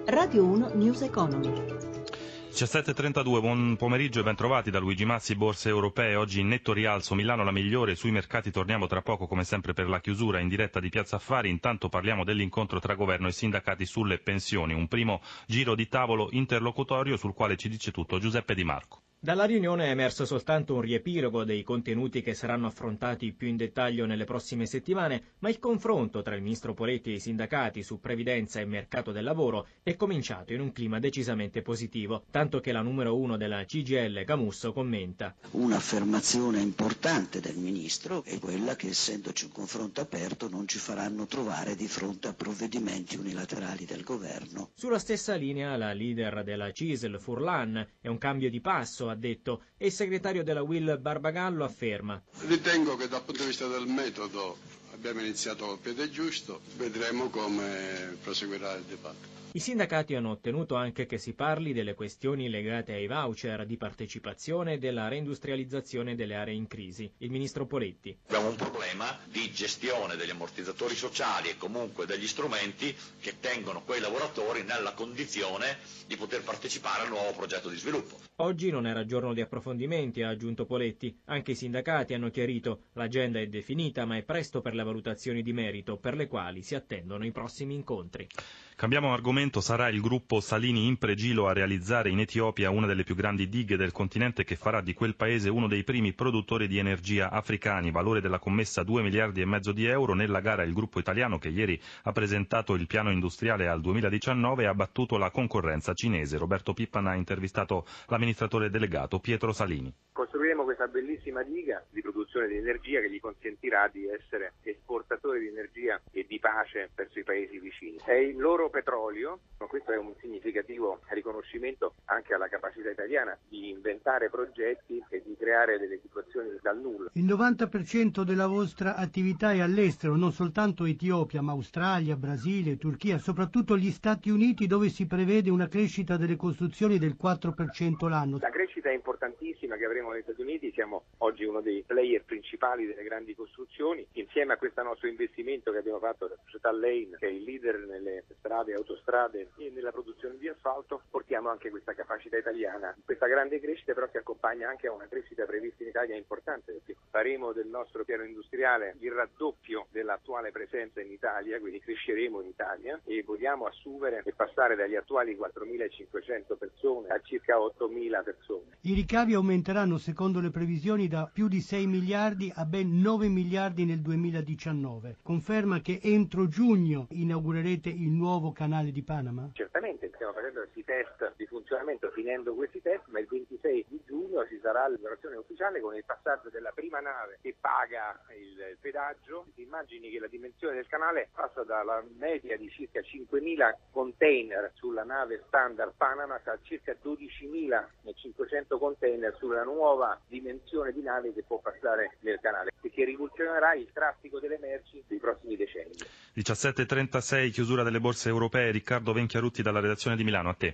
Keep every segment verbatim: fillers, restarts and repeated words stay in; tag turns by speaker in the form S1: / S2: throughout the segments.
S1: Radio uno News Economy.
S2: diciassette e trentadue, buon pomeriggio e ben trovati da Luigi Massi, borse europee. Oggi in netto rialzo, Milano la migliore, sui mercati torniamo tra poco come sempre per la chiusura in diretta di Piazza Affari. Intanto parliamo dell'incontro tra governo e sindacati sulle pensioni, un primo giro di tavolo interlocutorio sul quale ci dice tutto Giuseppe Di Marco.
S3: Dalla riunione è emerso soltanto un riepilogo dei contenuti che saranno affrontati più in dettaglio nelle prossime settimane, ma il confronto tra il ministro Poletti e i sindacati su previdenza e mercato del lavoro è cominciato in un clima decisamente positivo, tanto che la numero uno della C G I L, Camusso, commenta.
S4: Un'affermazione importante del ministro è quella che, essendoci un confronto aperto, non ci faranno trovare di fronte a provvedimenti unilaterali del governo.
S3: Sulla stessa linea la leader della C I S L, Furlan, è un cambio di passo, ha detto, e il segretario della U I L Barbagallo afferma.
S5: Ritengo che dal punto di vista del metodo abbiamo iniziato col piede giusto, vedremo come proseguirà il dibattito.
S3: I sindacati hanno ottenuto anche che si parli delle questioni legate ai voucher di partecipazione e della reindustrializzazione delle aree in crisi. Il ministro Poletti.
S6: Abbiamo un problema di gestione degli ammortizzatori sociali e comunque degli strumenti che tengono quei lavoratori nella condizione di poter partecipare al nuovo progetto di sviluppo.
S3: Oggi non era giorno di approfondimenti, ha aggiunto Poletti. Anche i sindacati hanno chiarito l'agenda è definita, ma è presto per le valutazioni di merito, per le quali si attendono i prossimi incontri.
S2: Cambiamo argomento, sarà il gruppo Salini Impregilo a realizzare in Etiopia una delle più grandi dighe del continente che farà di quel paese uno dei primi produttori di energia africani, valore della commessa due miliardi e mezzo di euro. Nella gara il gruppo italiano che ieri ha presentato il piano industriale al duemiladiciannove ha battuto la concorrenza cinese. Roberto Pippan ha intervistato l'amministratore delegato Pietro Salini.
S7: Costruiremo questa bellissima diga di produzione di energia che gli consentirà di essere esportatore di energia e di pace verso i paesi vicini. È il loro petrolio, ma questo è un significativo riconoscimento anche alla capacità italiana di inventare progetti e di creare delle situazioni dal nulla.
S8: Il novanta per cento della vostra attività è all'estero, non soltanto Etiopia, ma Australia, Brasile, Turchia, soprattutto gli Stati Uniti, dove si prevede una crescita delle costruzioni del quattro per cento l'anno.
S7: La crescita è importantissima che avremo negli Stati Uniti, siamo oggi uno dei player principali delle grandi costruzioni, insieme a questo nostro investimento che abbiamo fatto della società Lane, che è il leader nelle strade, autostrade e nella produzione di asfalto, portiamo anche questa capacità italiana, questa grande crescita però che accompagna anche a una crescita prevista in Italia importante, perché faremo del nostro piano industriale il raddoppio dell'attuale presenza in Italia, quindi cresceremo in Italia e vogliamo assumere e passare dagli attuali quattromilacinquecento persone a circa ottomila persone.
S8: I ricavi aumenteranno secondo le previsioni da più di sei miliardi a ben nove miliardi nel duemiladiciannove. Conferma che entro giugno inaugurerete il nuovo canale di Panama?
S7: Certamente, stiamo facendo questi test di funzionamento, finendo questi test, ma il ventisei di giugno ci sarà l'inaugurazione ufficiale con il passaggio della prima nave che paga il pedaggio. Ti immagini che la dimensione del canale passa dalla media di circa cinquemila container sulla nave standard Panama a circa dodicimilacinquecento container sulla nuova dimensione di nave che può passare nel canale, che rivoluzionerà il traffico delle merci dei prossimi decenni.
S2: diciassette e trentasei, chiusura delle borse europee. Riccardo Venchiarutti dalla redazione di Milano, a te.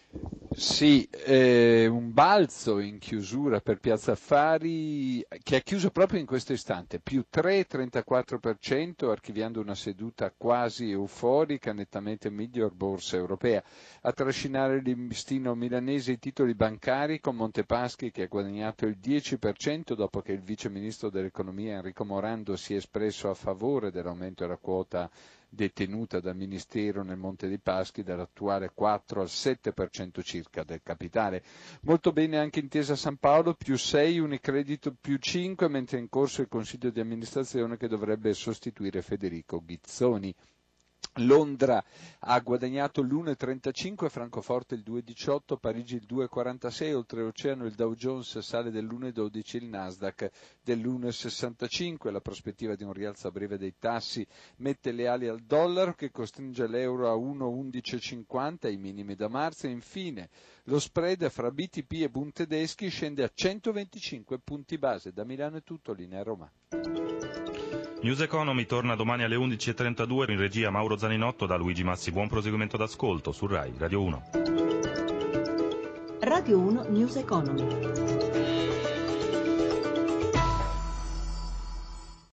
S9: Sì, eh, un balzo in chiusura per Piazza Affari che ha chiuso proprio in questo istante, più tre virgola trentaquattro per cento, archiviando una seduta quasi euforica, nettamente miglior borsa europea. A trascinare il listino milanese i titoli bancari con Montepaschi che ha guadagnato il dieci per cento dopo che il vice ministro dell'economia Enrico Morando si è espresso a favore dell'aumento della quota detenuta dal Ministero nel Monte dei Paschi dall'attuale quattro al sette per cento circa del capitale. Molto bene anche Intesa San Paolo, più sei, Unicredito più cinque, mentre è in corso il Consiglio di amministrazione che dovrebbe sostituire Federico Ghizzoni. Londra ha guadagnato l'uno virgola trentacinque, Francoforte il due virgola diciotto, Parigi il due virgola quarantasei, oltreoceano il Dow Jones sale dell'uno virgola dodici, il Nasdaq dell'uno virgola sessantacinque. La prospettiva di un rialzo a breve dei tassi mette le ali al dollaro che costringe l'euro a uno virgola undici cinquanta, ai minimi da marzo, e infine lo spread fra B T P e Bund tedeschi scende a centoventicinque punti base. Da Milano è tutto, linea Roma.
S2: News Economy torna domani alle undici e trentadue, in regia Mauro Zaninotto, da Luigi Massi. Buon proseguimento d'ascolto su Rai Radio uno.
S1: Radio uno News Economy.